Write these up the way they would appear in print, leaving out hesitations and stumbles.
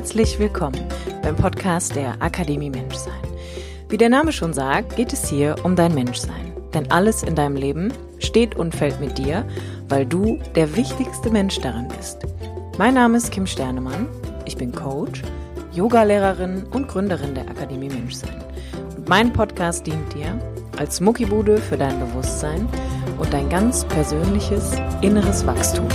Herzlich willkommen beim Podcast der Akademie Menschsein. Wie der Name schon sagt, geht es hier um dein Menschsein. Denn alles in deinem Leben steht und fällt mit dir, weil du der wichtigste Mensch darin bist. Mein Name ist Kim Sternemann, ich bin Coach, Yogalehrerin und Gründerin der Akademie Menschsein. Und mein Podcast dient dir als Muckibude für dein Bewusstsein und dein ganz persönliches inneres Wachstum.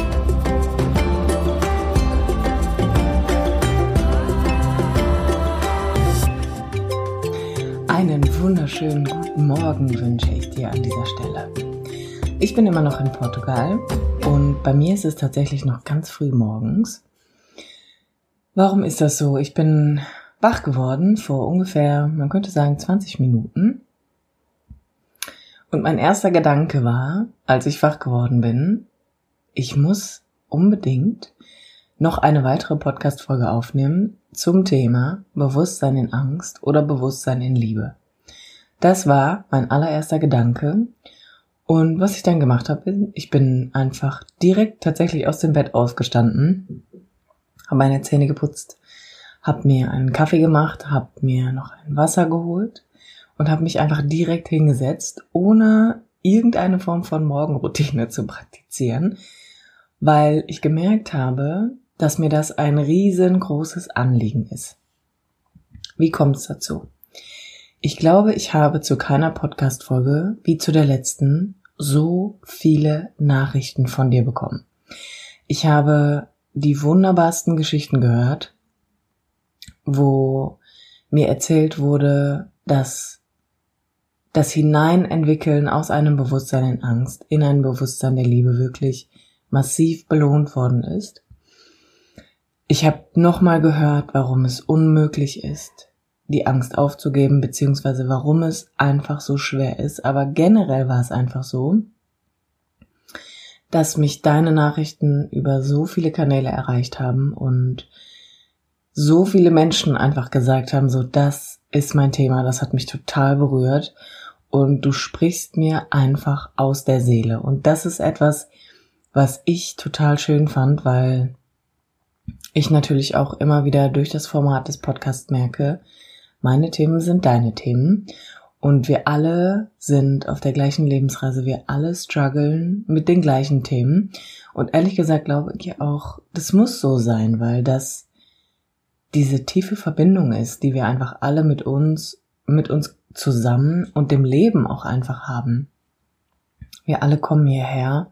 Einen wunderschönen guten Morgen wünsche ich dir an dieser Stelle. Ich bin immer noch in Portugal und bei mir ist es tatsächlich noch ganz früh morgens. Warum ist das so? Ich bin wach geworden vor ungefähr, man könnte sagen 20 Minuten. Und mein erster Gedanke war, als ich wach geworden bin, ich muss unbedingt noch eine weitere Podcast-Folge aufnehmen zum Thema Bewusstsein in Angst oder Bewusstsein in Liebe. Das war mein allererster Gedanke. Und was ich dann gemacht habe, ich bin einfach direkt tatsächlich aus dem Bett aufgestanden, habe meine Zähne geputzt, habe mir einen Kaffee gemacht, habe mir noch ein Wasser geholt und habe mich einfach direkt hingesetzt, ohne irgendeine Form von Morgenroutine zu praktizieren, weil ich gemerkt habe, dass mir das ein riesengroßes Anliegen ist. Wie kommt es dazu? Ich glaube, ich habe zu keiner Podcast-Folge wie zu der letzten so viele Nachrichten von dir bekommen. Ich habe die wunderbarsten Geschichten gehört, wo mir erzählt wurde, dass das Hineinentwickeln aus einem Bewusstsein in Angst in ein Bewusstsein der Liebe wirklich massiv belohnt worden ist. Ich habe nochmal gehört, warum es unmöglich ist, die Angst aufzugeben, beziehungsweise warum es einfach so schwer ist. Aber generell war es einfach so, dass mich deine Nachrichten über so viele Kanäle erreicht haben und so viele Menschen einfach gesagt haben, so das ist mein Thema, das hat mich total berührt und du sprichst mir einfach aus der Seele. Und das ist etwas, was ich total schön fand, weil ich natürlich auch immer wieder durch das Format des Podcasts merke, meine Themen sind deine Themen und wir alle sind auf der gleichen Lebensreise, wir alle strugglen mit den gleichen Themen und ehrlich gesagt glaube ich auch, das muss so sein, weil das diese tiefe Verbindung ist, die wir einfach alle mit uns zusammen und dem Leben auch einfach haben. Wir alle kommen hierher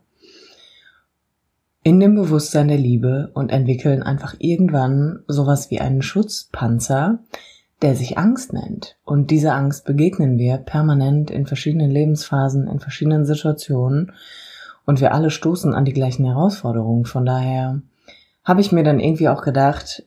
in dem Bewusstsein der Liebe und entwickeln einfach irgendwann sowas wie einen Schutzpanzer, der sich Angst nennt. Und dieser Angst begegnen wir permanent in verschiedenen Lebensphasen, in verschiedenen Situationen und wir alle stoßen an die gleichen Herausforderungen. Von daher habe ich mir dann irgendwie auch gedacht,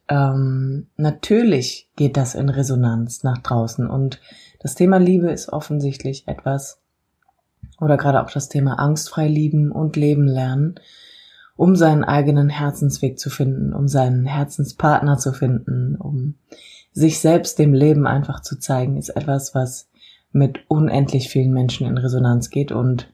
natürlich geht das in Resonanz nach draußen und das Thema Liebe ist offensichtlich etwas, oder gerade auch das Thema angstfrei lieben und leben lernen, um seinen eigenen Herzensweg zu finden, um seinen Herzenspartner zu finden, um sich selbst dem Leben einfach zu zeigen, ist etwas, was mit unendlich vielen Menschen in Resonanz geht und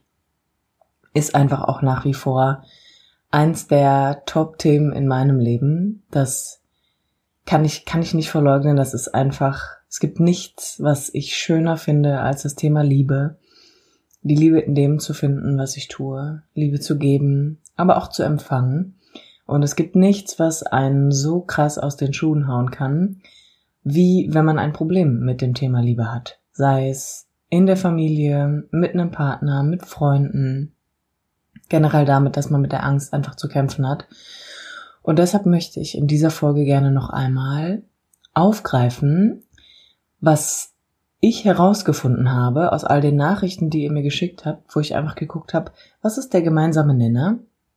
ist einfach auch nach wie vor eins der Top-Themen in meinem Leben. Das kann ich nicht verleugnen, das ist einfach, es gibt nichts, was ich schöner finde als das Thema Liebe. Die Liebe in dem zu finden, was ich tue, Liebe zu geben, aber auch zu empfangen. Und es gibt nichts, was einen so krass aus den Schuhen hauen kann, wie wenn man ein Problem mit dem Thema Liebe hat. Sei es in der Familie, mit einem Partner, mit Freunden, generell damit, dass man mit der Angst einfach zu kämpfen hat. Und deshalb möchte ich in dieser Folge gerne noch einmal aufgreifen, was ich herausgefunden habe aus all den Nachrichten, die ihr mir geschickt habt, wo ich einfach geguckt habe, was ist der gemeinsame Nenner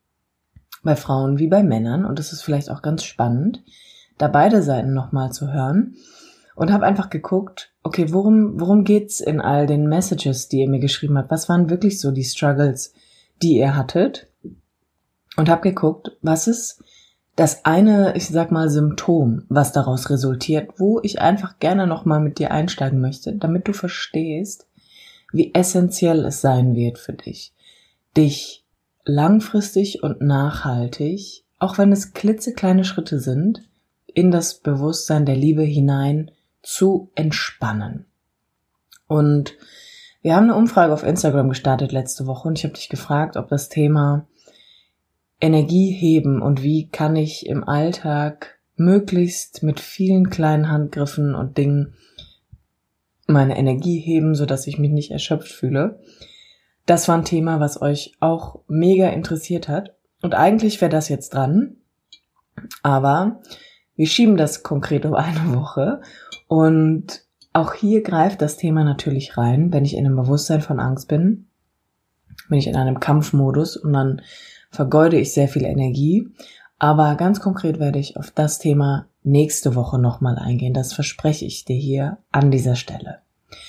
bei Frauen wie bei Männern, und das ist vielleicht auch ganz spannend, da beide Seiten nochmal zu hören, und habe einfach geguckt, okay, worum geht's in all den Messages, die ihr mir geschrieben habt, was waren wirklich so die Struggles, die ihr hattet, und habe geguckt, was ist das eine, ich sag mal, Symptom, was daraus resultiert, wo ich einfach gerne nochmal mit dir einsteigen möchte, damit du verstehst, wie essentiell es sein wird für dich, dich langfristig und nachhaltig, auch wenn es klitzekleine Schritte sind, in das Bewusstsein der Liebe hinein zu entspannen. Und wir haben eine Umfrage auf Instagram gestartet letzte Woche und ich habe dich gefragt, ob das Thema Energie heben und wie kann ich im Alltag möglichst mit vielen kleinen Handgriffen und Dingen meine Energie heben, sodass ich mich nicht erschöpft fühle. Das war ein Thema, was euch auch mega interessiert hat. Und eigentlich wäre das jetzt dran, aber wir schieben das konkret um eine Woche und auch hier greift das Thema natürlich rein, wenn ich in einem Bewusstsein von Angst bin ich in einem Kampfmodus und dann vergeude ich sehr viel Energie. Aber ganz konkret werde ich auf das Thema nächste Woche nochmal eingehen. Das verspreche ich dir hier an dieser Stelle.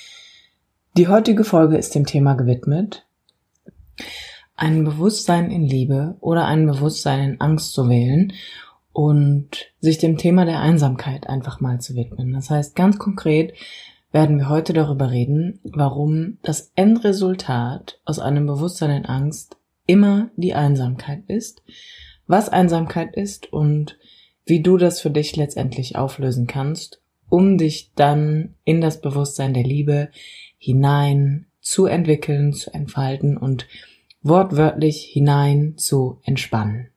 Die heutige Folge ist dem Thema gewidmet, ein Bewusstsein in Liebe oder ein Bewusstsein in Angst zu wählen und sich dem Thema der Einsamkeit einfach mal zu widmen. Das heißt, ganz konkret werden wir heute darüber reden, warum das Endresultat aus einem Bewusstsein in Angst immer die Einsamkeit ist, was Einsamkeit ist und wie du das für dich letztendlich auflösen kannst, um dich dann in das Bewusstsein der Liebe hinein zu entwickeln, zu entfalten und wortwörtlich hinein zu entspannen.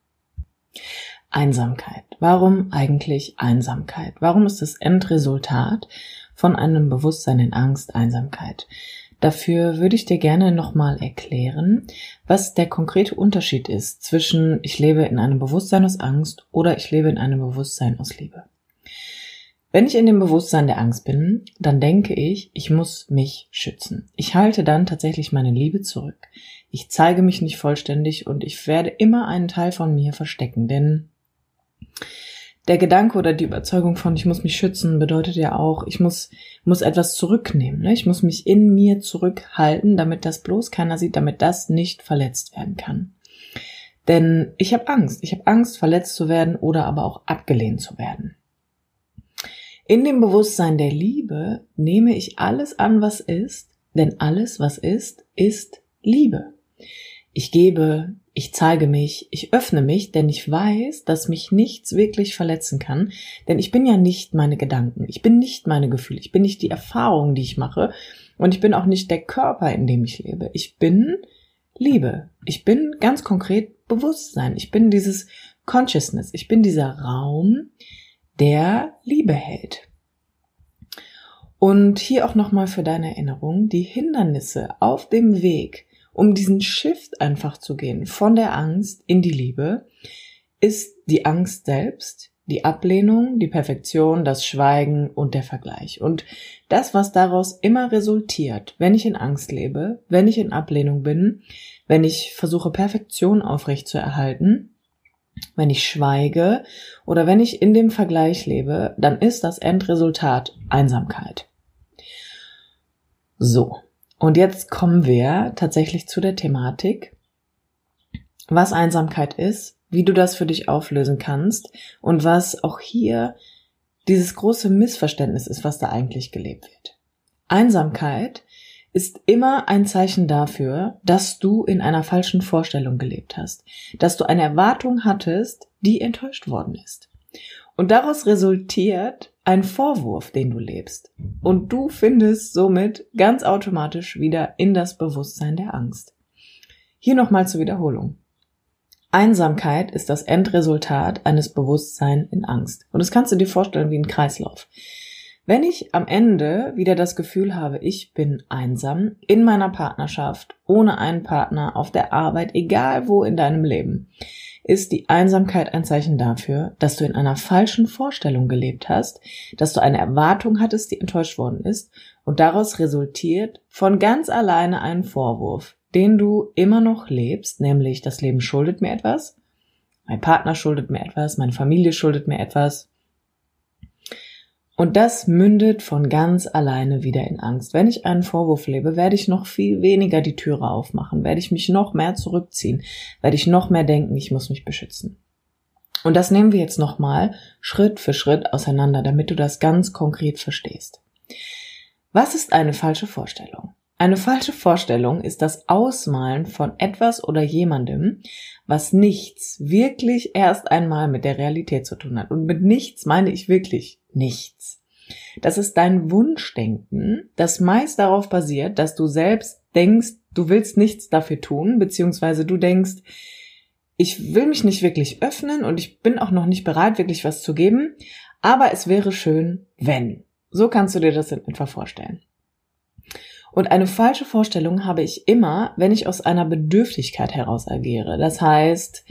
Einsamkeit. Warum eigentlich Einsamkeit? Warum ist das Endresultat von einem Bewusstsein in Angst Einsamkeit? Dafür würde ich dir gerne nochmal erklären, was der konkrete Unterschied ist zwischen ich lebe in einem Bewusstsein aus Angst oder ich lebe in einem Bewusstsein aus Liebe. Wenn ich in dem Bewusstsein der Angst bin, dann denke ich, ich muss mich schützen. Ich halte dann tatsächlich meine Liebe zurück. Ich zeige mich nicht vollständig und ich werde immer einen Teil von mir verstecken, denn der Gedanke oder die Überzeugung von ich muss mich schützen bedeutet ja auch, ich muss etwas zurücknehmen. Ne? Ich muss mich in mir zurückhalten, damit das bloß keiner sieht, damit das nicht verletzt werden kann. Denn ich habe Angst. Ich habe Angst, verletzt zu werden oder aber auch abgelehnt zu werden. In dem Bewusstsein der Liebe nehme ich alles an, was ist, denn alles, was ist, ist Liebe. Ich gebe, ich zeige mich, ich öffne mich, denn ich weiß, dass mich nichts wirklich verletzen kann, denn ich bin ja nicht meine Gedanken, ich bin nicht meine Gefühle, ich bin nicht die Erfahrungen, die ich mache und ich bin auch nicht der Körper, in dem ich lebe. Ich bin Liebe, ich bin ganz konkret Bewusstsein, ich bin dieses Consciousness, ich bin dieser Raum, der Liebe hält. Und hier auch nochmal für deine Erinnerung, die Hindernisse auf dem Weg, um diesen Shift einfach zu gehen von der Angst in die Liebe, ist die Angst selbst, die Ablehnung, die Perfektion, das Schweigen und der Vergleich. Und das, was daraus immer resultiert, wenn ich in Angst lebe, wenn ich in Ablehnung bin, wenn ich versuche, Perfektion aufrechtzuerhalten, wenn ich schweige oder wenn ich in dem Vergleich lebe, dann ist das Endresultat Einsamkeit. So. Und jetzt kommen wir tatsächlich zu der Thematik, was Einsamkeit ist, wie du das für dich auflösen kannst und was auch hier dieses große Missverständnis ist, was da eigentlich gelebt wird. Einsamkeit ist immer ein Zeichen dafür, dass du in einer falschen Vorstellung gelebt hast, dass du eine Erwartung hattest, die enttäuscht worden ist. Und daraus resultiert ein Vorwurf, den du lebst. Und du findest somit ganz automatisch wieder in das Bewusstsein der Angst. Hier nochmal zur Wiederholung. Einsamkeit ist das Endresultat eines Bewusstseins in Angst. Und das kannst du dir vorstellen wie ein Kreislauf. Wenn ich am Ende wieder das Gefühl habe, ich bin einsam in meiner Partnerschaft, ohne einen Partner, auf der Arbeit, egal wo in deinem Leben, ist die Einsamkeit ein Zeichen dafür, dass du in einer falschen Vorstellung gelebt hast, dass du eine Erwartung hattest, die enttäuscht worden ist und daraus resultiert von ganz alleine ein Vorwurf, den du immer noch lebst, nämlich das Leben schuldet mir etwas, mein Partner schuldet mir etwas, meine Familie schuldet mir etwas. Und das mündet von ganz alleine wieder in Angst. Wenn ich einen Vorwurf lebe, werde ich noch viel weniger die Türe aufmachen, werde ich mich noch mehr zurückziehen, werde ich noch mehr denken, ich muss mich beschützen. Und das nehmen wir jetzt nochmal Schritt für Schritt auseinander, damit du das ganz konkret verstehst. Was ist eine falsche Vorstellung? Eine falsche Vorstellung ist das Ausmalen von etwas oder jemandem, was nichts, wirklich erst einmal mit der Realität zu tun hat. Und mit nichts meine ich wirklich nichts. Das ist dein Wunschdenken, das meist darauf basiert, dass du selbst denkst, du willst nichts dafür tun, beziehungsweise du denkst, ich will mich nicht wirklich öffnen und ich bin auch noch nicht bereit, wirklich was zu geben, aber es wäre schön, wenn. So kannst du dir das in etwa vorstellen. Und eine falsche Vorstellung habe ich immer, wenn ich aus einer Bedürftigkeit heraus agiere. Das heißt,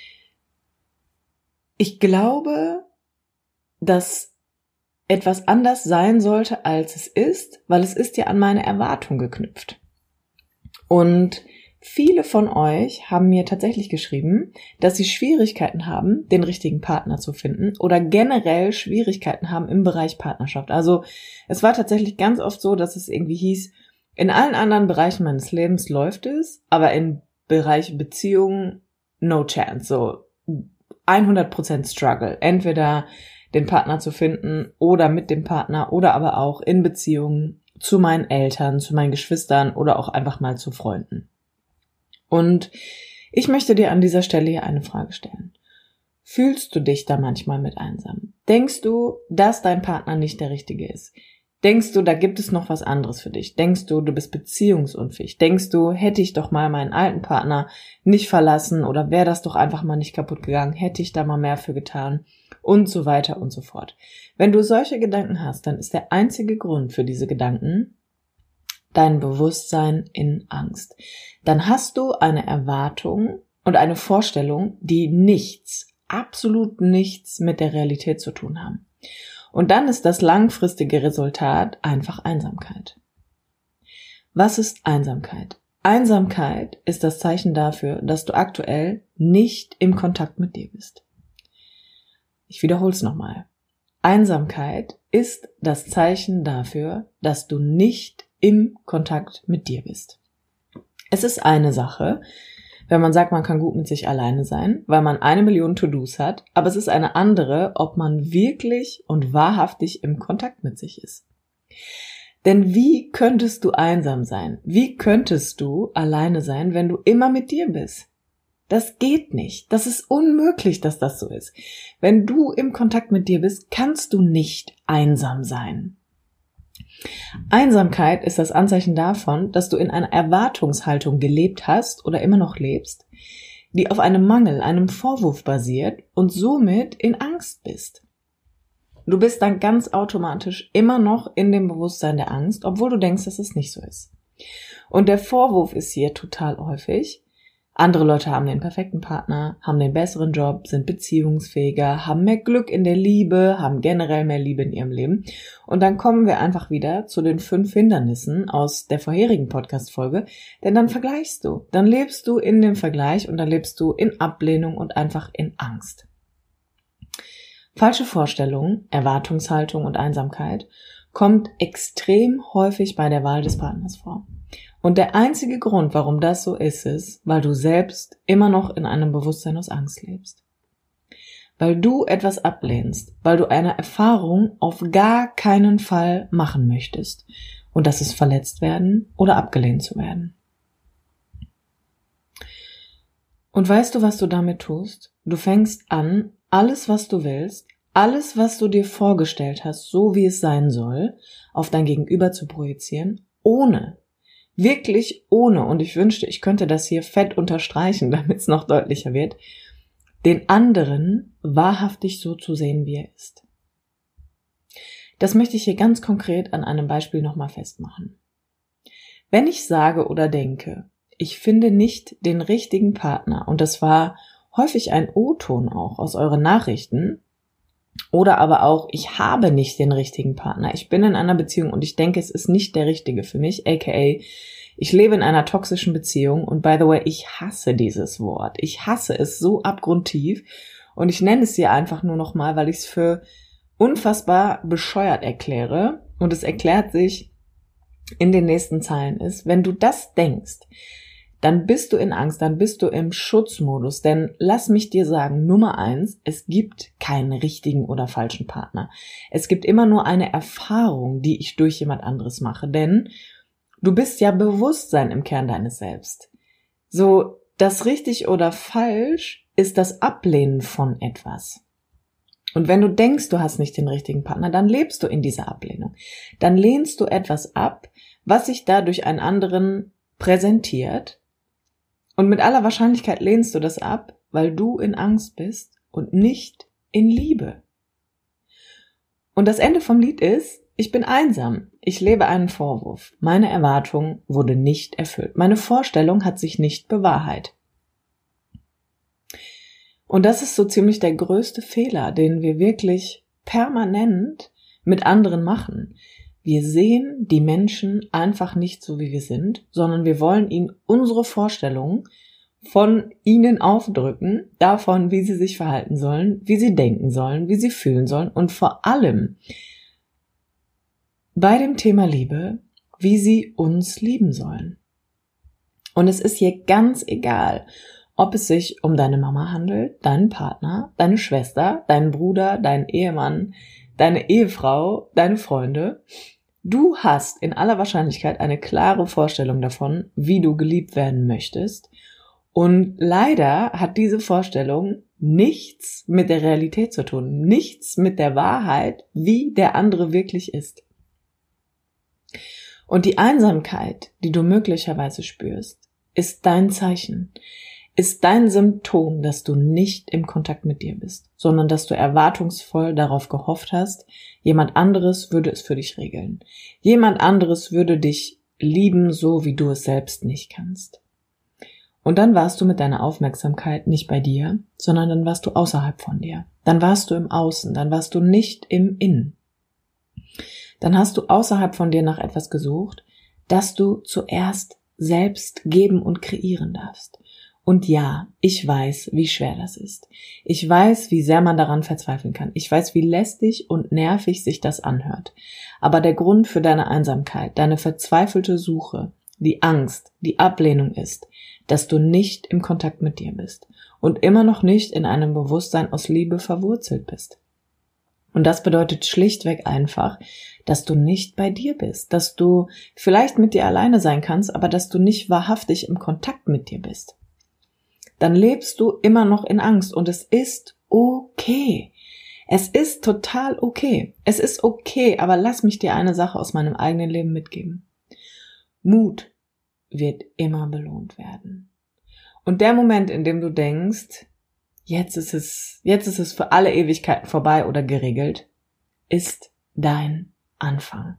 ich glaube, dass etwas anders sein sollte, als es ist, weil es ist ja an meine Erwartung geknüpft. Und viele von euch haben mir tatsächlich geschrieben, dass sie Schwierigkeiten haben, den richtigen Partner zu finden oder generell Schwierigkeiten haben im Bereich Partnerschaft. Also es war tatsächlich ganz oft so, dass es irgendwie hieß, in allen anderen Bereichen meines Lebens läuft es, aber im Bereich Beziehungen no chance, so 100% Struggle. Entweder den Partner zu finden oder mit dem Partner oder aber auch in Beziehungen zu meinen Eltern, zu meinen Geschwistern oder auch einfach mal zu Freunden. Und ich möchte dir an dieser Stelle hier eine Frage stellen. Fühlst du dich da manchmal mit einsam? Denkst du, dass dein Partner nicht der Richtige ist? Denkst du, da gibt es noch was anderes für dich? Denkst du, du bist beziehungsunfähig? Denkst du, hätte ich doch mal meinen alten Partner nicht verlassen oder wäre das doch einfach mal nicht kaputt gegangen? Hätte ich da mal mehr für getan? Und so weiter und so fort. Wenn du solche Gedanken hast, dann ist der einzige Grund für diese Gedanken dein Bewusstsein in Angst. Dann hast du eine Erwartung und eine Vorstellung, die nichts, absolut nichts mit der Realität zu tun haben. Und dann ist das langfristige Resultat einfach Einsamkeit. Was ist Einsamkeit? Einsamkeit ist das Zeichen dafür, dass du aktuell nicht im Kontakt mit dir bist. Ich wiederhole es nochmal. Einsamkeit ist das Zeichen dafür, dass du nicht im Kontakt mit dir bist. Es ist eine Sache, wenn man sagt, man kann gut mit sich alleine sein, weil man 1 Million To-Dos hat, aber es ist eine andere, ob man wirklich und wahrhaftig im Kontakt mit sich ist. Denn wie könntest du einsam sein? Wie könntest du alleine sein, wenn du immer mit dir bist? Das geht nicht. Das ist unmöglich, dass das so ist. Wenn du im Kontakt mit dir bist, kannst du nicht einsam sein. Einsamkeit ist das Anzeichen davon, dass du in einer Erwartungshaltung gelebt hast oder immer noch lebst, die auf einem Mangel, einem Vorwurf basiert und somit in Angst bist. Du bist dann ganz automatisch immer noch in dem Bewusstsein der Angst, obwohl du denkst, dass es nicht so ist. Und der Vorwurf ist hier total häufig: Andere Leute haben den perfekten Partner, haben den besseren Job, sind beziehungsfähiger, haben mehr Glück in der Liebe, haben generell mehr Liebe in ihrem Leben. Und dann kommen wir einfach wieder zu den 5 Hindernissen aus der vorherigen Podcast-Folge, denn dann vergleichst du. Dann lebst du in dem Vergleich und dann lebst du in Ablehnung und einfach in Angst. Falsche Vorstellungen, Erwartungshaltung und Einsamkeit kommt extrem häufig bei der Wahl des Partners vor. Und der einzige Grund, warum das so ist, weil du selbst immer noch in einem Bewusstsein aus Angst lebst. Weil du etwas ablehnst, weil du eine Erfahrung auf gar keinen Fall machen möchtest. Und das ist verletzt werden oder abgelehnt zu werden. Und weißt du, was du damit tust? Du fängst an, alles, was du willst, alles, was du dir vorgestellt hast, so wie es sein soll, auf dein Gegenüber zu projizieren, wirklich ohne, und ich wünschte, ich könnte das hier fett unterstreichen, damit es noch deutlicher wird, den anderen wahrhaftig so zu sehen, wie er ist. Das möchte ich hier ganz konkret an einem Beispiel nochmal festmachen. Wenn ich sage oder denke, ich finde nicht den richtigen Partner, und das war häufig ein O-Ton auch aus euren Nachrichten, oder aber auch, ich habe nicht den richtigen Partner, ich bin in einer Beziehung und ich denke, es ist nicht der Richtige für mich, aka ich lebe in einer toxischen Beziehung und by the way, ich hasse dieses Wort. Ich hasse es so abgrundtief und ich nenne es hier einfach nur nochmal, weil ich es für unfassbar bescheuert erkläre und es erklärt sich in den nächsten Zeilen ist, wenn du das denkst, dann bist du in Angst, dann bist du im Schutzmodus, denn lass mich dir sagen, Nummer 1, es gibt keinen richtigen oder falschen Partner. Es gibt immer nur eine Erfahrung, die ich durch jemand anderes mache, denn Du bist ja Bewusstsein im Kern deines Selbst. So, das richtig oder falsch ist das Ablehnen von etwas. Und wenn du denkst, du hast nicht den richtigen Partner, dann lebst du in dieser Ablehnung. Dann lehnst du etwas ab, was sich da durch einen anderen präsentiert. Und mit aller Wahrscheinlichkeit lehnst du das ab, weil du in Angst bist und nicht in Liebe. Und das Ende vom Lied ist, ich bin einsam. Ich lebe einen Vorwurf. Meine Erwartung wurde nicht erfüllt. Meine Vorstellung hat sich nicht bewahrheitet. Und das ist so ziemlich der größte Fehler, den wir wirklich permanent mit anderen machen. Wir sehen die Menschen einfach nicht so, wie wir sind, sondern wir wollen ihnen unsere Vorstellungen von ihnen aufdrücken, davon, wie sie sich verhalten sollen, wie sie denken sollen, wie sie fühlen sollen und vor allem bei dem Thema Liebe, wie sie uns lieben sollen. Und es ist hier ganz egal, ob es sich um deine Mama handelt, deinen Partner, deine Schwester, deinen Bruder, deinen Ehemann, deine Ehefrau, deine Freunde. Du hast in aller Wahrscheinlichkeit eine klare Vorstellung davon, wie du geliebt werden möchtest. Und leider hat diese Vorstellung nichts mit der Realität zu tun, nichts mit der Wahrheit, wie der andere wirklich ist. Und die Einsamkeit, die du möglicherweise spürst, ist dein Zeichen, ist dein Symptom, dass du nicht im Kontakt mit dir bist, sondern dass du erwartungsvoll darauf gehofft hast, jemand anderes würde es für dich regeln. Jemand anderes würde dich lieben, so wie du es selbst nicht kannst. Und dann warst du mit deiner Aufmerksamkeit nicht bei dir, sondern dann warst du außerhalb von dir. Dann warst du im Außen, dann warst du nicht im Innen. Dann hast du außerhalb von dir nach etwas gesucht, das du zuerst selbst geben und kreieren darfst. Und ja, ich weiß, wie schwer das ist. Ich weiß, wie sehr man daran verzweifeln kann. Ich weiß, wie lästig und nervig sich das anhört. Aber der Grund für deine Einsamkeit, deine verzweifelte Suche, die Angst, die Ablehnung ist, dass du nicht im Kontakt mit dir bist und immer noch nicht in einem Bewusstsein aus Liebe verwurzelt bist. Und das bedeutet schlichtweg einfach, dass du nicht bei dir bist, dass du vielleicht mit dir alleine sein kannst, aber dass du nicht wahrhaftig im Kontakt mit dir bist. Dann lebst du immer noch in Angst und es ist okay. Es ist total okay. Es ist okay, aber lass mich dir eine Sache aus meinem eigenen Leben mitgeben. Mut wird immer belohnt werden. Und der Moment, in dem du denkst, jetzt ist es für alle Ewigkeiten vorbei oder geregelt, ist dein Anfang.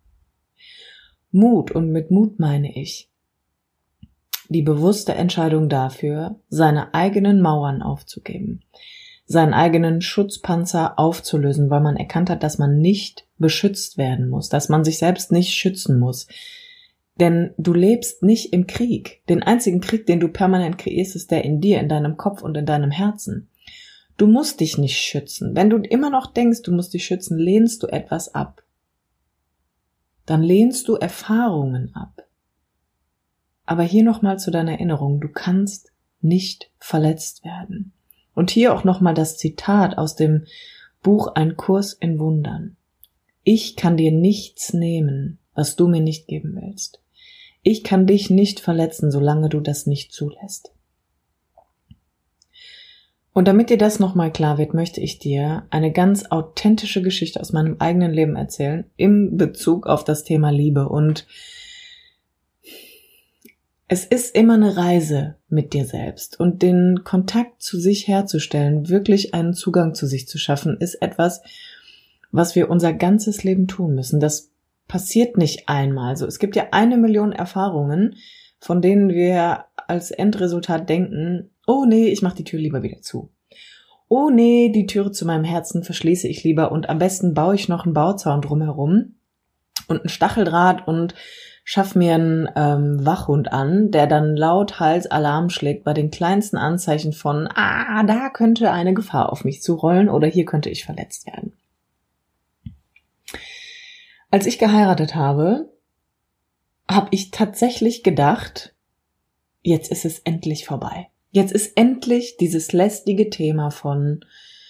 Mut, und mit Mut meine ich die bewusste Entscheidung dafür, seine eigenen Mauern aufzugeben, seinen eigenen Schutzpanzer aufzulösen, weil man erkannt hat, dass man nicht beschützt werden muss, dass man sich selbst nicht schützen muss. Denn du lebst nicht im Krieg. Den einzigen Krieg, den du permanent kreierst, ist der in dir, in deinem Kopf und in deinem Herzen. Du musst dich nicht schützen. Wenn du immer noch denkst, du musst dich schützen, lehnst du etwas ab. Dann lehnst du Erfahrungen ab. Aber hier nochmal zu deiner Erinnerung, du kannst nicht verletzt werden. Und hier auch nochmal das Zitat aus dem Buch Ein Kurs in Wundern. Ich kann dir nichts nehmen, was du mir nicht geben willst. Ich kann dich nicht verletzen, solange du das nicht zulässt. Und damit dir das nochmal klar wird, möchte ich dir eine ganz authentische Geschichte aus meinem eigenen Leben erzählen, in Bezug auf das Thema Liebe. Und es ist immer eine Reise mit dir selbst, und den Kontakt zu sich herzustellen, wirklich einen Zugang zu sich zu schaffen, ist etwas, was wir unser ganzes Leben tun müssen. Das passiert nicht einmal. So, es gibt ja 1 Million Erfahrungen, von denen wir als Endresultat denken, oh nee, ich mache die Tür lieber wieder zu. Oh nee, die Türe zu meinem Herzen verschließe ich lieber, und am besten baue ich noch einen Bauzaun drumherum und einen Stacheldraht und schaff mir einen Wachhund an, der dann laut Hals Alarm schlägt bei den kleinsten Anzeichen von, da könnte eine Gefahr auf mich zurollen oder hier könnte ich verletzt werden. Als ich geheiratet habe, habe ich tatsächlich gedacht, jetzt ist es endlich vorbei. Jetzt ist endlich dieses lästige Thema von,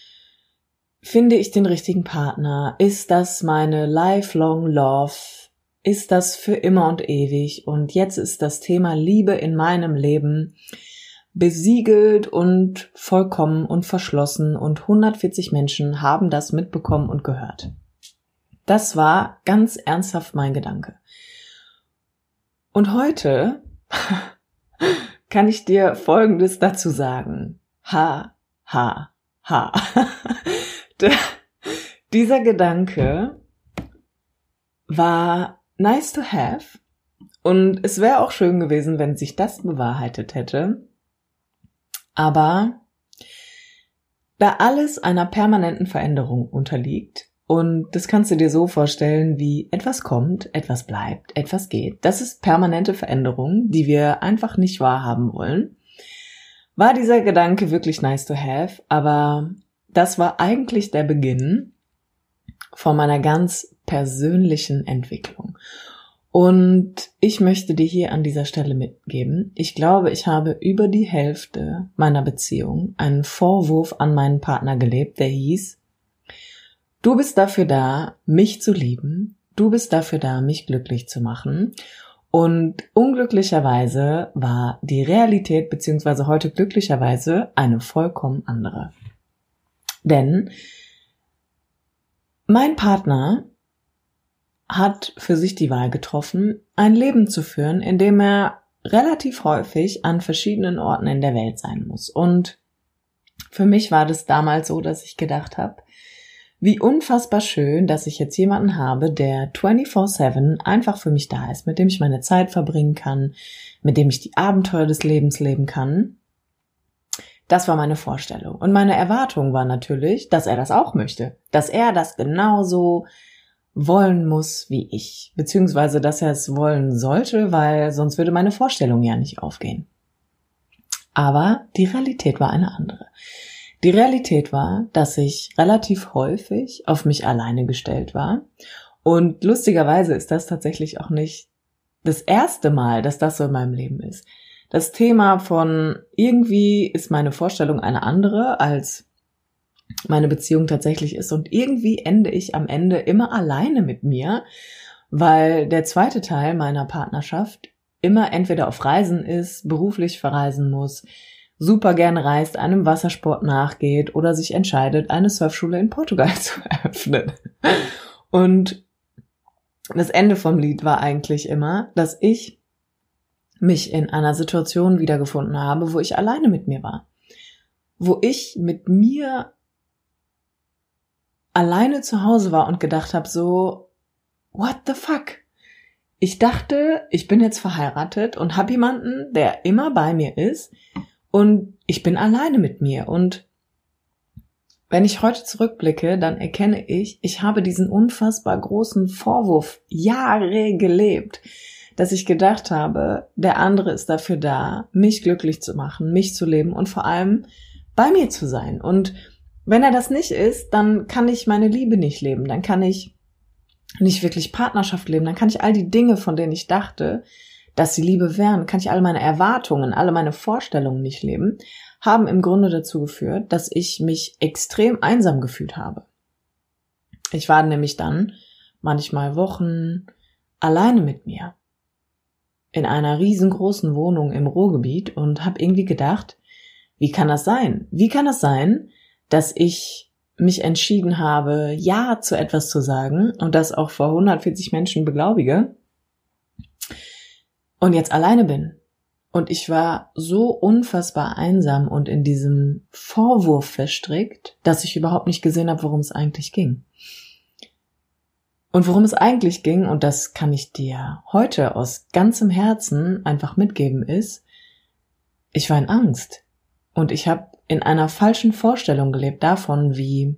finde ich den richtigen Partner? Ist das meine lifelong love? ist das für immer und ewig und jetzt ist das Thema Liebe in meinem Leben besiegelt und vollkommen und verschlossen und 140 Menschen haben das mitbekommen und gehört. Das war ganz ernsthaft mein Gedanke. Und heute kann ich dir Folgendes dazu sagen. Dieser Gedanke war nice to have und es wäre auch schön gewesen, wenn sich das bewahrheitet hätte. Aber da alles einer permanenten Veränderung unterliegt, und das kannst du dir so vorstellen, wie etwas kommt, etwas bleibt, etwas geht. Das ist permanente Veränderung, die wir einfach nicht wahrhaben wollen. War dieser Gedanke wirklich nice to have, aber das war eigentlich der Beginn von meiner ganz persönlichen Entwicklung. Und ich möchte dir hier an dieser Stelle mitgeben, ich glaube, ich habe über die Hälfte meiner Beziehung einen Vorwurf an meinen Partner gelebt, der hieß: Du bist dafür da, mich zu lieben. Du bist dafür da, mich glücklich zu machen. Und unglücklicherweise war die Realität, beziehungsweise heute glücklicherweise, eine vollkommen andere. Denn mein Partner hat für sich die Wahl getroffen, ein Leben zu führen, in dem er relativ häufig an verschiedenen Orten in der Welt sein muss. Und für mich war das damals so, dass ich gedacht habe, wie unfassbar schön, dass ich jetzt jemanden habe, der 24/7 einfach für mich da ist, mit dem ich meine Zeit verbringen kann, mit dem ich die Abenteuer des Lebens leben kann. Das war meine Vorstellung. Und meine Erwartung war natürlich, dass er das auch möchte, dass er das genauso wollen muss wie ich, beziehungsweise dass er es wollen sollte, weil sonst würde meine Vorstellung ja nicht aufgehen. Aber die Realität war eine andere. Die Realität war, dass ich relativ häufig auf mich alleine gestellt war. Und lustigerweise ist das tatsächlich auch nicht das erste Mal, dass das so in meinem Leben ist. Das Thema von irgendwie ist meine Vorstellung eine andere, als meine Beziehung tatsächlich ist. Und irgendwie ende ich am Ende immer alleine mit mir, weil der zweite Teil meiner Partnerschaft immer entweder auf Reisen ist, beruflich verreisen muss, super gerne reist, einem Wassersport nachgeht oder sich entscheidet, eine Surfschule in Portugal zu eröffnen. Und das Ende vom Lied war eigentlich immer, dass ich mich in einer Situation wiedergefunden habe, wo ich alleine mit mir war. Wo ich mit mir alleine zu Hause war und gedacht habe so, what the fuck? Ich dachte, ich bin jetzt verheiratet und habe jemanden, der immer bei mir ist, und ich bin alleine mit mir. Und wenn ich heute zurückblicke, dann erkenne ich habe diesen unfassbar großen Vorwurf Jahre gelebt, dass ich gedacht habe, der andere ist dafür da, mich glücklich zu machen, mich zu leben und vor allem bei mir zu sein. Und wenn er das nicht ist, dann kann ich meine Liebe nicht leben, dann kann ich nicht wirklich Partnerschaft leben, dann kann ich all die Dinge, von denen ich dachte, dass sie Liebe wären, kann ich alle meine Erwartungen, alle meine Vorstellungen nicht leben, haben im Grunde dazu geführt, dass ich mich extrem einsam gefühlt habe. Ich war nämlich dann manchmal Wochen alleine mit mir in einer riesengroßen Wohnung im Ruhrgebiet und habe irgendwie gedacht, wie kann das sein? Wie kann das sein, dass ich mich entschieden habe, Ja zu etwas zu sagen und das auch vor 140 Menschen beglaubige, und jetzt alleine bin. Und ich war so unfassbar einsam und in diesem Vorwurf verstrickt, dass ich überhaupt nicht gesehen habe, worum es eigentlich ging. Und worum es eigentlich ging, und das kann ich dir heute aus ganzem Herzen einfach mitgeben, ist, ich war in Angst. Und ich habe in einer falschen Vorstellung gelebt davon, wie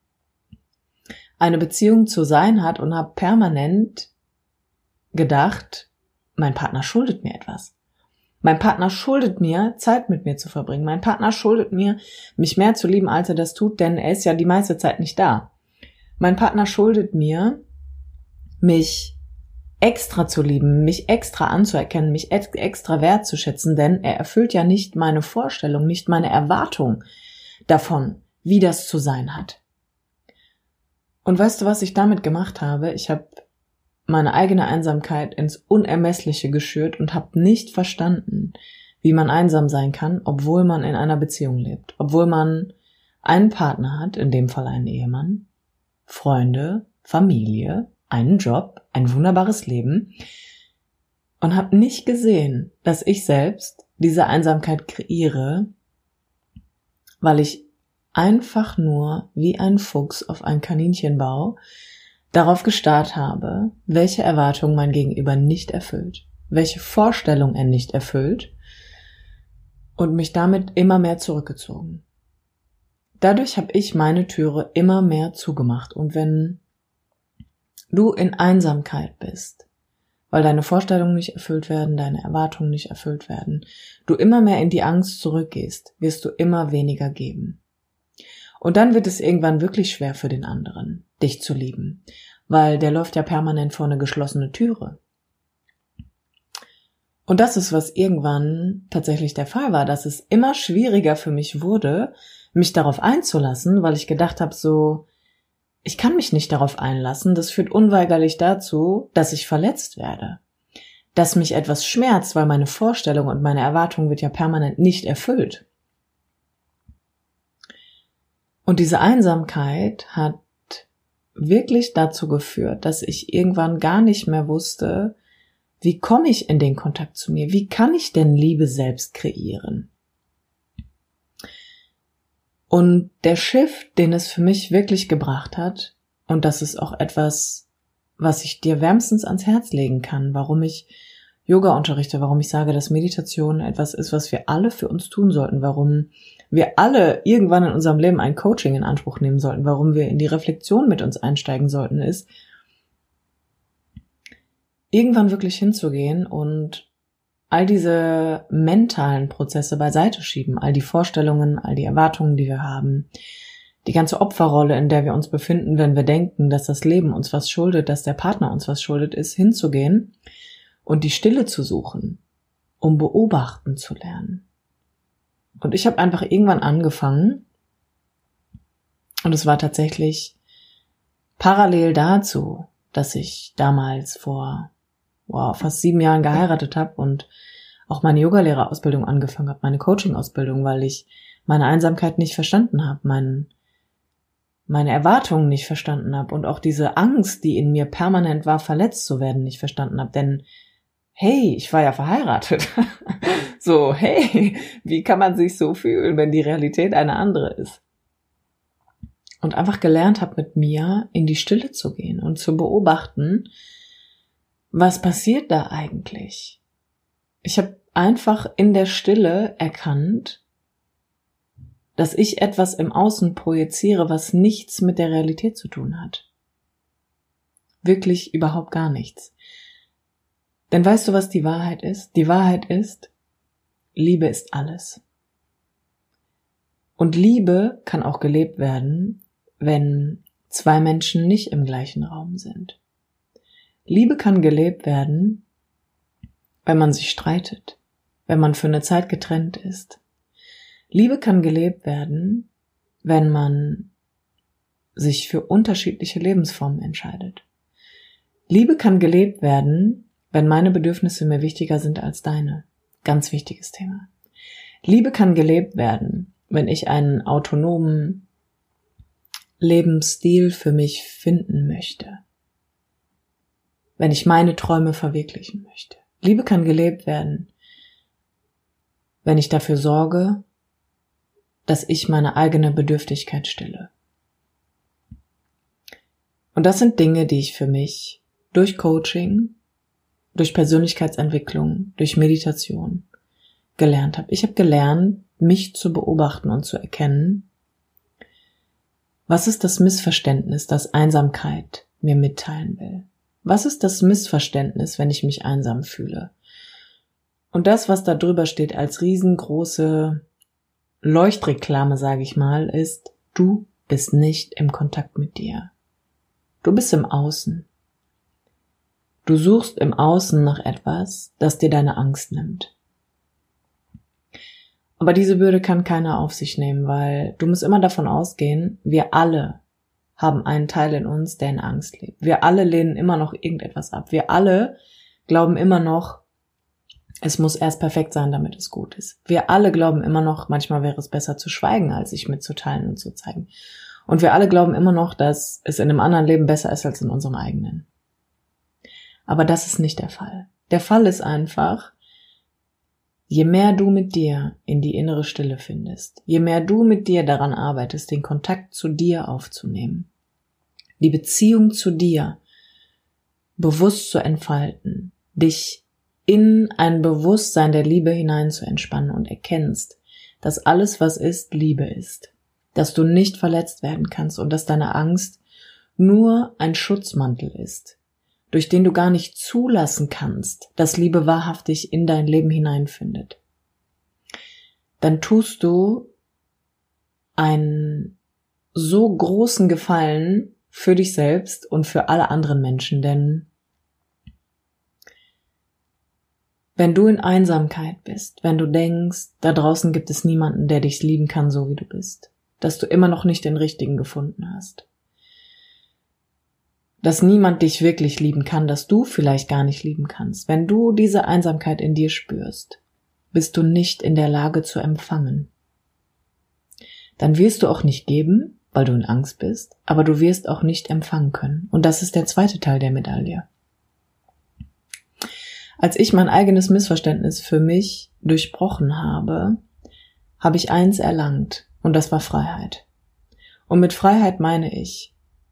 eine Beziehung zu sein hat, und habe permanent gedacht, mein Partner schuldet mir etwas. Mein Partner schuldet mir, Zeit mit mir zu verbringen. Mein Partner schuldet mir, mich mehr zu lieben, als er das tut, denn er ist ja die meiste Zeit nicht da. Mein Partner schuldet mir, mich extra zu lieben, mich extra anzuerkennen, mich extra wertzuschätzen, denn er erfüllt ja nicht meine Vorstellung, nicht meine Erwartung davon, wie das zu sein hat. Und weißt du, was ich damit gemacht habe? Ich habe meine eigene Einsamkeit ins Unermessliche geschürt und habe nicht verstanden, wie man einsam sein kann, obwohl man in einer Beziehung lebt, obwohl man einen Partner hat, in dem Fall einen Ehemann, Freunde, Familie, einen Job, ein wunderbares Leben, und habe nicht gesehen, dass ich selbst diese Einsamkeit kreiere, weil ich einfach nur wie ein Fuchs auf ein Kaninchenbau darauf gestarrt habe, welche Erwartung mein Gegenüber nicht erfüllt, welche Vorstellung er nicht erfüllt, und mich damit immer mehr zurückgezogen. Dadurch habe ich meine Türe immer mehr zugemacht, und wenn du in Einsamkeit bist, weil deine Vorstellungen nicht erfüllt werden, deine Erwartungen nicht erfüllt werden, du immer mehr in die Angst zurückgehst, wirst du immer weniger geben. Und dann wird es irgendwann wirklich schwer für den anderen, dich zu lieben, weil der läuft ja permanent vor eine geschlossene Türe. Und das ist, was irgendwann tatsächlich der Fall war, dass es immer schwieriger für mich wurde, mich darauf einzulassen, weil ich gedacht habe, so, ich kann mich nicht darauf einlassen, das führt unweigerlich dazu, dass ich verletzt werde, dass mich etwas schmerzt, weil meine Vorstellung und meine Erwartung wird ja permanent nicht erfüllt. Und diese Einsamkeit hat wirklich dazu geführt, dass ich irgendwann gar nicht mehr wusste, wie komme ich in den Kontakt zu mir? Wie kann ich denn Liebe selbst kreieren? Und der Shift, den es für mich wirklich gebracht hat, und das ist auch etwas, was ich dir wärmstens ans Herz legen kann, warum ich Yoga unterrichte, warum ich sage, dass Meditation etwas ist, was wir alle für uns tun sollten, warum wir alle irgendwann in unserem Leben ein Coaching in Anspruch nehmen sollten, warum wir in die Reflexion mit uns einsteigen sollten, ist, irgendwann wirklich hinzugehen und all diese mentalen Prozesse beiseite schieben, all die Vorstellungen, all die Erwartungen, die wir haben, die ganze Opferrolle, in der wir uns befinden, wenn wir denken, dass das Leben uns was schuldet, dass der Partner uns was schuldet, ist hinzugehen und die Stille zu suchen, um beobachten zu lernen. Und ich habe einfach irgendwann angefangen, und es war tatsächlich parallel dazu, dass ich damals vor fast 7 Jahren geheiratet habe und auch meine Yogalehrerausbildung angefangen habe, meine Coaching-Ausbildung, weil ich meine Einsamkeit nicht verstanden habe, meine Erwartungen nicht verstanden habe und auch diese Angst, die in mir permanent war, verletzt zu werden, nicht verstanden habe. Denn hey, ich war ja verheiratet. So, hey, wie kann man sich so fühlen, wenn die Realität eine andere ist? Und einfach gelernt habe, mit mir in die Stille zu gehen und zu beobachten, was passiert da eigentlich? Ich habe einfach in der Stille erkannt, dass ich etwas im Außen projiziere, was nichts mit der Realität zu tun hat. Wirklich überhaupt gar nichts. Denn weißt du, was die Wahrheit ist? Die Wahrheit ist, Liebe ist alles. Und Liebe kann auch gelebt werden, wenn 2 Menschen nicht im gleichen Raum sind. Liebe kann gelebt werden, wenn man sich streitet, wenn man für eine Zeit getrennt ist. Liebe kann gelebt werden, wenn man sich für unterschiedliche Lebensformen entscheidet. Liebe kann gelebt werden, wenn meine Bedürfnisse mir wichtiger sind als deine. Ganz wichtiges Thema. Liebe kann gelebt werden, wenn ich einen autonomen Lebensstil für mich finden möchte. Wenn ich meine Träume verwirklichen möchte. Liebe kann gelebt werden, wenn ich dafür sorge, dass ich meine eigene Bedürftigkeit stille. Und das sind Dinge, die ich für mich durch Coaching, durch Persönlichkeitsentwicklung, durch Meditation gelernt habe. Ich habe gelernt, mich zu beobachten und zu erkennen, was ist das Missverständnis, das Einsamkeit mir mitteilen will. Was ist das Missverständnis, wenn ich mich einsam fühle? Und das, was da drüber steht als riesengroße Leuchtreklame, sage ich mal, ist, du bist nicht im Kontakt mit dir. Du bist im Außen. Du suchst im Außen nach etwas, das dir deine Angst nimmt. Aber diese Bürde kann keiner auf sich nehmen, weil du musst immer davon ausgehen, wir alle haben einen Teil in uns, der in Angst lebt. Wir alle lehnen immer noch irgendetwas ab. Wir alle glauben immer noch, es muss erst perfekt sein, damit es gut ist. Wir alle glauben immer noch, manchmal wäre es besser zu schweigen, als sich mitzuteilen und zu zeigen. Und wir alle glauben immer noch, dass es in einem anderen Leben besser ist als in unserem eigenen. Aber das ist nicht der Fall. Der Fall ist einfach, je mehr du mit dir in die innere Stille findest, je mehr du mit dir daran arbeitest, den Kontakt zu dir aufzunehmen, die Beziehung zu dir bewusst zu entfalten, dich in ein Bewusstsein der Liebe hinein zu entspannen und erkennst, dass alles, was ist, Liebe ist, dass du nicht verletzt werden kannst und dass deine Angst nur ein Schutzmantel ist, durch den du gar nicht zulassen kannst, dass Liebe wahrhaftig in dein Leben hineinfindet, dann tust du einen so großen Gefallen für dich selbst und für alle anderen Menschen, denn wenn du in Einsamkeit bist, wenn du denkst, da draußen gibt es niemanden, der dich lieben kann, so wie du bist, dass du immer noch nicht den Richtigen gefunden hast, dass niemand dich wirklich lieben kann, dass du vielleicht gar nicht lieben kannst, wenn du diese Einsamkeit in dir spürst, bist du nicht in der Lage zu empfangen. Dann wirst du auch nicht geben, weil du in Angst bist, aber du wirst auch nicht empfangen können. Und das ist der zweite Teil der Medaille. Als ich mein eigenes Missverständnis für mich durchbrochen habe, habe ich eins erlangt, und das war Freiheit. Und mit Freiheit meine ich,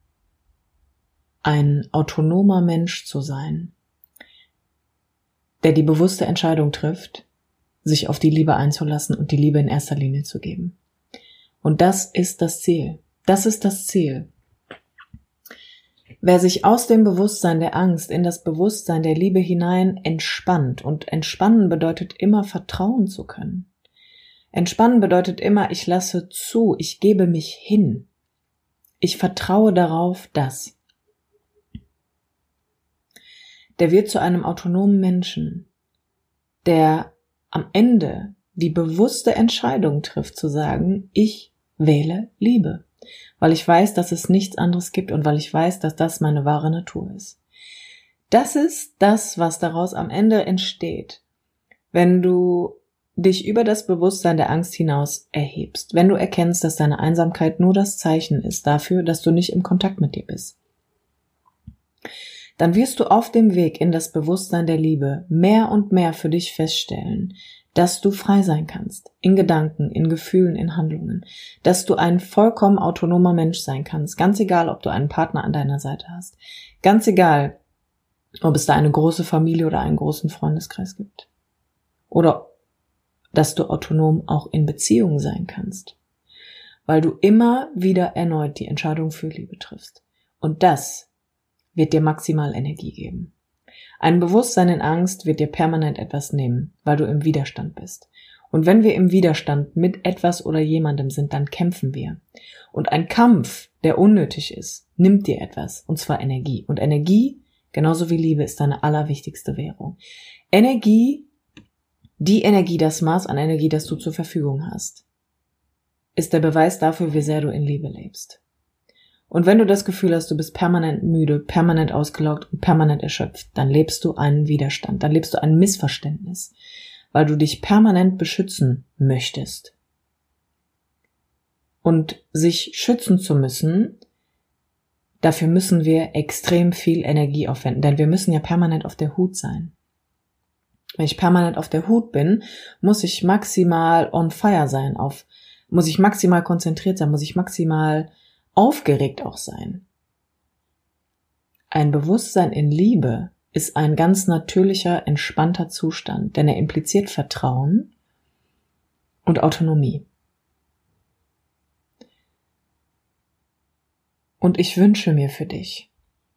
ein autonomer Mensch zu sein, der die bewusste Entscheidung trifft, sich auf die Liebe einzulassen und die Liebe in erster Linie zu geben. Und das ist das Ziel. Das ist das Ziel. Wer sich aus dem Bewusstsein der Angst in das Bewusstsein der Liebe hinein entspannt, und entspannen bedeutet immer vertrauen zu können. Entspannen bedeutet immer, ich lasse zu, ich gebe mich hin. Ich vertraue darauf, dass. Der wird zu einem autonomen Menschen, der am Ende die bewusste Entscheidung trifft, zu sagen, ich wähle Liebe, weil ich weiß, dass es nichts anderes gibt und weil ich weiß, dass das meine wahre Natur ist. Das ist das, was daraus am Ende entsteht, wenn du dich über das Bewusstsein der Angst hinaus erhebst, wenn du erkennst, dass deine Einsamkeit nur das Zeichen ist dafür, dass du nicht im Kontakt mit dir bist. Dann wirst du auf dem Weg in das Bewusstsein der Liebe mehr und mehr für dich feststellen, dass du frei sein kannst, in Gedanken, in Gefühlen, in Handlungen, dass du ein vollkommen autonomer Mensch sein kannst, ganz egal, ob du einen Partner an deiner Seite hast, ganz egal, ob es da eine große Familie oder einen großen Freundeskreis gibt, oder dass du autonom auch in Beziehungen sein kannst, weil du immer wieder erneut die Entscheidung für Liebe triffst. Und das wird dir maximal Energie geben. Ein Bewusstsein in Angst wird dir permanent etwas nehmen, weil du im Widerstand bist. Und wenn wir im Widerstand mit etwas oder jemandem sind, dann kämpfen wir. Und ein Kampf, der unnötig ist, nimmt dir etwas, und zwar Energie. Und Energie, genauso wie Liebe, ist deine allerwichtigste Währung. Energie, die Energie, das Maß an Energie, das du zur Verfügung hast, ist der Beweis dafür, wie sehr du in Liebe lebst. Und wenn du das Gefühl hast, du bist permanent müde, permanent ausgelaugt und permanent erschöpft, dann lebst du einen Widerstand, dann lebst du ein Missverständnis, weil du dich permanent beschützen möchtest. Und sich schützen zu müssen, dafür müssen wir extrem viel Energie aufwenden, denn wir müssen ja permanent auf der Hut sein. Wenn ich permanent auf der Hut bin, muss ich maximal on fire sein, muss ich maximal konzentriert sein, muss ich maximal aufgeregt auch sein. Ein Bewusstsein in Liebe ist ein ganz natürlicher, entspannter Zustand, denn er impliziert Vertrauen und Autonomie. Und ich wünsche mir für dich,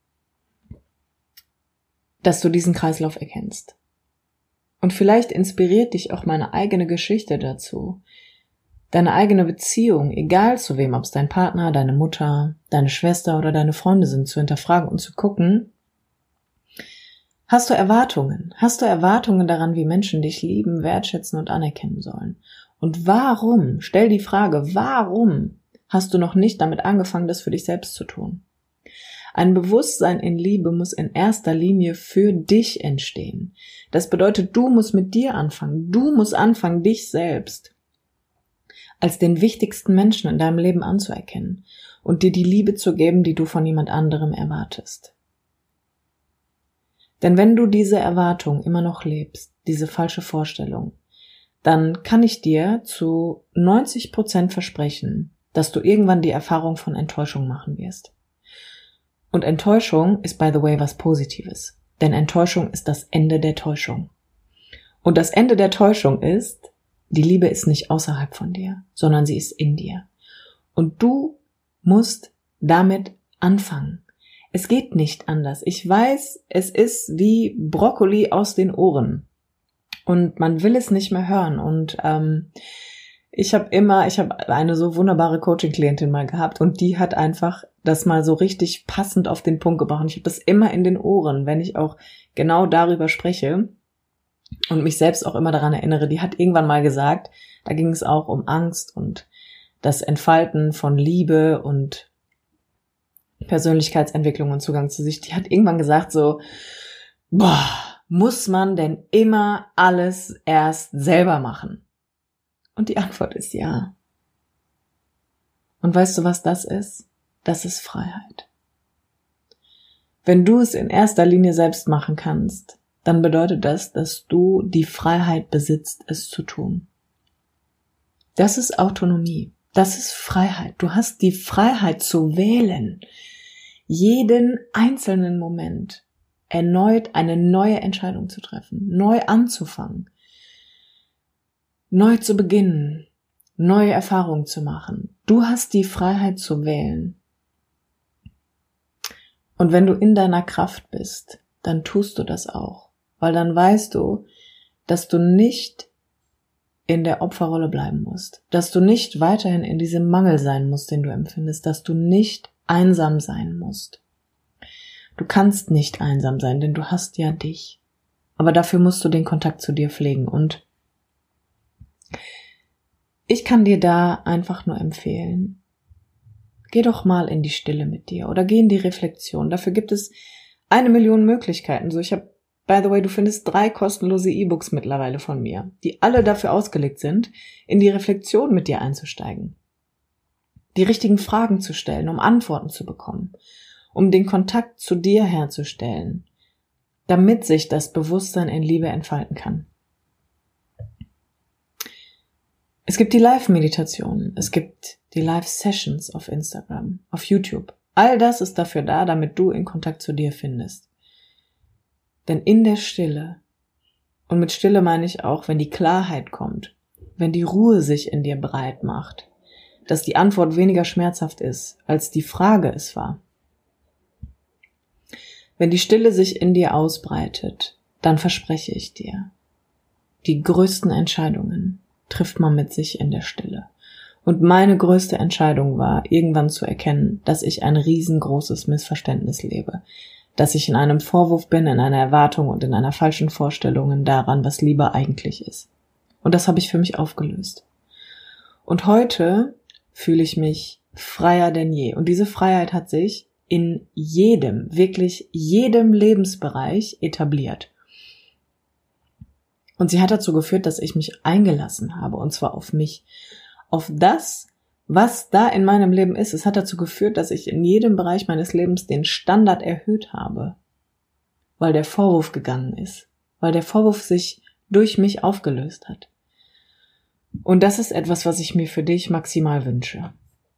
dass du diesen Kreislauf erkennst. Und vielleicht inspiriert dich auch meine eigene Geschichte dazu, deine eigene Beziehung, egal zu wem, ob es dein Partner, deine Mutter, deine Schwester oder deine Freunde sind, zu hinterfragen und zu gucken, hast du Erwartungen? Hast du Erwartungen daran, wie Menschen dich lieben, wertschätzen und anerkennen sollen? Und warum, stell die Frage, warum hast du noch nicht damit angefangen, das für dich selbst zu tun. Ein Bewusstsein in Liebe muss in erster Linie für dich entstehen. Das bedeutet, du musst mit dir anfangen. Du musst anfangen, dich selbst als den wichtigsten Menschen in deinem Leben anzuerkennen und dir die Liebe zu geben, die du von jemand anderem erwartest. Denn wenn du diese Erwartung immer noch lebst, diese falsche Vorstellung, dann kann ich dir zu 90% versprechen, dass du irgendwann die Erfahrung von Enttäuschung machen wirst. Und Enttäuschung ist, by the way, was Positives. Denn Enttäuschung ist das Ende der Täuschung. Und das Ende der Täuschung ist, die Liebe ist nicht außerhalb von dir, sondern sie ist in dir. Und du musst damit anfangen. Es geht nicht anders. Ich weiß, es ist wie Brokkoli aus den Ohren. Und man will es nicht mehr hören. Und ich habe eine so wunderbare Coaching-Klientin mal gehabt und die hat einfach das mal so richtig passend auf den Punkt gebracht. Ich habe das immer in den Ohren, wenn ich auch genau darüber spreche und mich selbst auch immer daran erinnere. Die hat irgendwann mal gesagt, da ging es auch um Angst und das Entfalten von Liebe und Persönlichkeitsentwicklung und Zugang zu sich. Die hat irgendwann gesagt so, muss man denn immer alles erst selber machen? Und die Antwort ist ja. Und weißt du, was das ist? Das ist Freiheit. Wenn du es in erster Linie selbst machen kannst, dann bedeutet das, dass du die Freiheit besitzt, es zu tun. Das ist Autonomie. Das ist Freiheit. Du hast die Freiheit zu wählen, jeden einzelnen Moment erneut eine neue Entscheidung zu treffen, neu anzufangen, neu zu beginnen, neue Erfahrungen zu machen. Du hast die Freiheit zu wählen. Und wenn du in deiner Kraft bist, dann tust du das auch, weil dann weißt du, dass du nicht in der Opferrolle bleiben musst, dass du nicht weiterhin in diesem Mangel sein musst, den du empfindest, dass du nicht einsam sein musst. Du kannst nicht einsam sein, denn du hast ja dich. Aber dafür musst du den Kontakt zu dir pflegen. Und ich kann dir da einfach nur empfehlen, geh doch mal in die Stille mit dir oder geh in die Reflexion. Dafür gibt es 1 Million Möglichkeiten. So, ich habe, by the way, du findest 3 kostenlose E-Books mittlerweile von mir, die alle dafür ausgelegt sind, in die Reflexion mit dir einzusteigen. Die richtigen Fragen zu stellen, um Antworten zu bekommen, um den Kontakt zu dir herzustellen, damit sich das Bewusstsein in Liebe entfalten kann. Es gibt die Live-Meditationen, es gibt die Live-Sessions auf Instagram, auf YouTube. All das ist dafür da, damit du in Kontakt zu dir findest. Denn in der Stille, und mit Stille meine ich auch, wenn die Klarheit kommt, wenn die Ruhe sich in dir breit macht, dass die Antwort weniger schmerzhaft ist, als die Frage es war. Wenn die Stille sich in dir ausbreitet, dann verspreche ich dir, die größten Entscheidungen trifft man mit sich in der Stille. Und meine größte Entscheidung war, irgendwann zu erkennen, dass ich ein riesengroßes Missverständnis lebe, dass ich in einem Vorwurf bin, in einer Erwartung und in einer falschen Vorstellung daran, was Liebe eigentlich ist. Und das habe ich für mich aufgelöst. Und heute fühle ich mich freier denn je. Und diese Freiheit hat sich in jedem, wirklich jedem Lebensbereich etabliert. Und sie hat dazu geführt, dass ich mich eingelassen habe, und zwar auf mich, auf das, was da in meinem Leben ist. Es hat dazu geführt, dass ich in jedem Bereich meines Lebens den Standard erhöht habe, weil der Vorwurf gegangen ist, weil der Vorwurf sich durch mich aufgelöst hat. Und das ist etwas, was ich mir für dich maximal wünsche.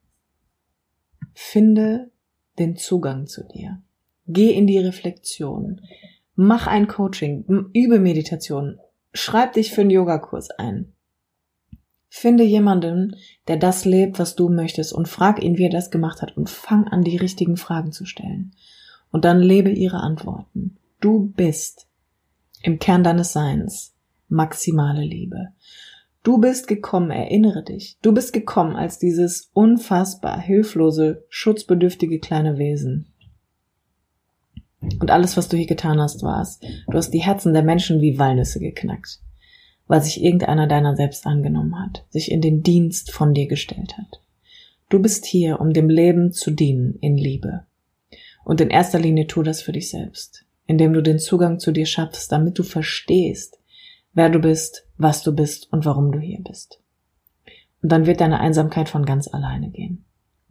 Finde den Zugang zu dir. Geh in die Reflexion. Mach ein Coaching, übe Meditation. Schreib dich für einen Yogakurs ein. Finde jemanden, der das lebt, was du möchtest, und frag ihn, wie er das gemacht hat, und fang an, die richtigen Fragen zu stellen. Und dann lebe ihre Antworten. Du bist im Kern deines Seins maximale Liebe. Du bist gekommen, erinnere dich, du bist gekommen als dieses unfassbar hilflose, schutzbedürftige kleine Wesen. Und alles, was du hier getan hast, war's. Du hast die Herzen der Menschen wie Walnüsse geknackt, weil sich irgendeiner deiner selbst angenommen hat, sich in den Dienst von dir gestellt hat. Du bist hier, um dem Leben zu dienen in Liebe. Und in erster Linie tu das für dich selbst, indem du den Zugang zu dir schaffst, damit du verstehst, wer du bist, was du bist und warum du hier bist. Und dann wird deine Einsamkeit von ganz alleine gehen.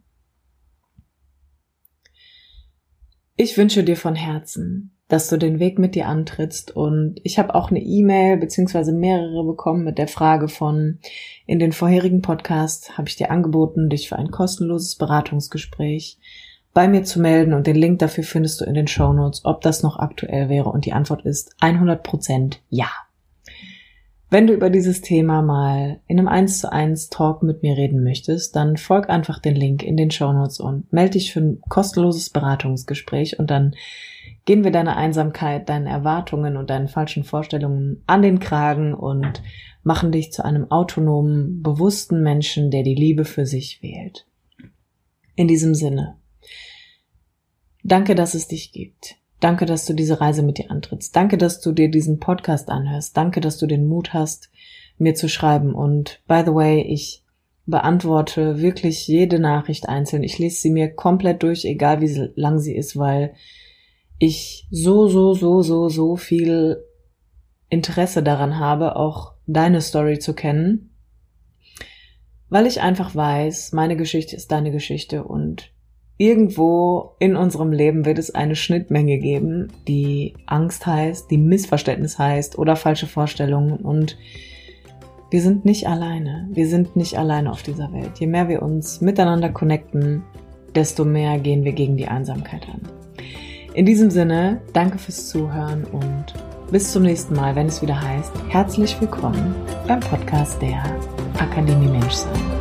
Ich wünsche dir von Herzen, dass du den Weg mit dir antrittst, und ich habe auch eine E-Mail bzw. mehrere bekommen mit der Frage von: In den vorherigen Podcasts habe ich dir angeboten, dich für ein kostenloses Beratungsgespräch bei mir zu melden, und den Link dafür findest du in den Shownotes, ob das noch aktuell wäre, und die Antwort ist 100% ja. Wenn du über dieses Thema mal in einem 1:1 Talk mit mir reden möchtest, dann folg einfach den Link in den Shownotes und melde dich für ein kostenloses Beratungsgespräch, und dann gehen wir deine Einsamkeit, deinen Erwartungen und deinen falschen Vorstellungen an den Kragen und machen dich zu einem autonomen, bewussten Menschen, der die Liebe für sich wählt. In diesem Sinne, danke, dass es dich gibt. Danke, dass du diese Reise mit dir antrittst. Danke, dass du dir diesen Podcast anhörst. Danke, dass du den Mut hast, mir zu schreiben. Und by the way, ich beantworte wirklich jede Nachricht einzeln. Ich lese sie mir komplett durch, egal wie lang sie ist, weil ich so viel Interesse daran habe, auch deine Story zu kennen. Weil ich einfach weiß, meine Geschichte ist deine Geschichte, und irgendwo in unserem Leben wird es eine Schnittmenge geben, die Angst heißt, die Missverständnis heißt oder falsche Vorstellungen, und wir sind nicht alleine. Wir sind nicht alleine auf dieser Welt. Je mehr wir uns miteinander connecten, desto mehr gehen wir gegen die Einsamkeit an. In diesem Sinne, danke fürs Zuhören und bis zum nächsten Mal, wenn es wieder heißt: Herzlich willkommen beim Podcast der Akademie Menschsein.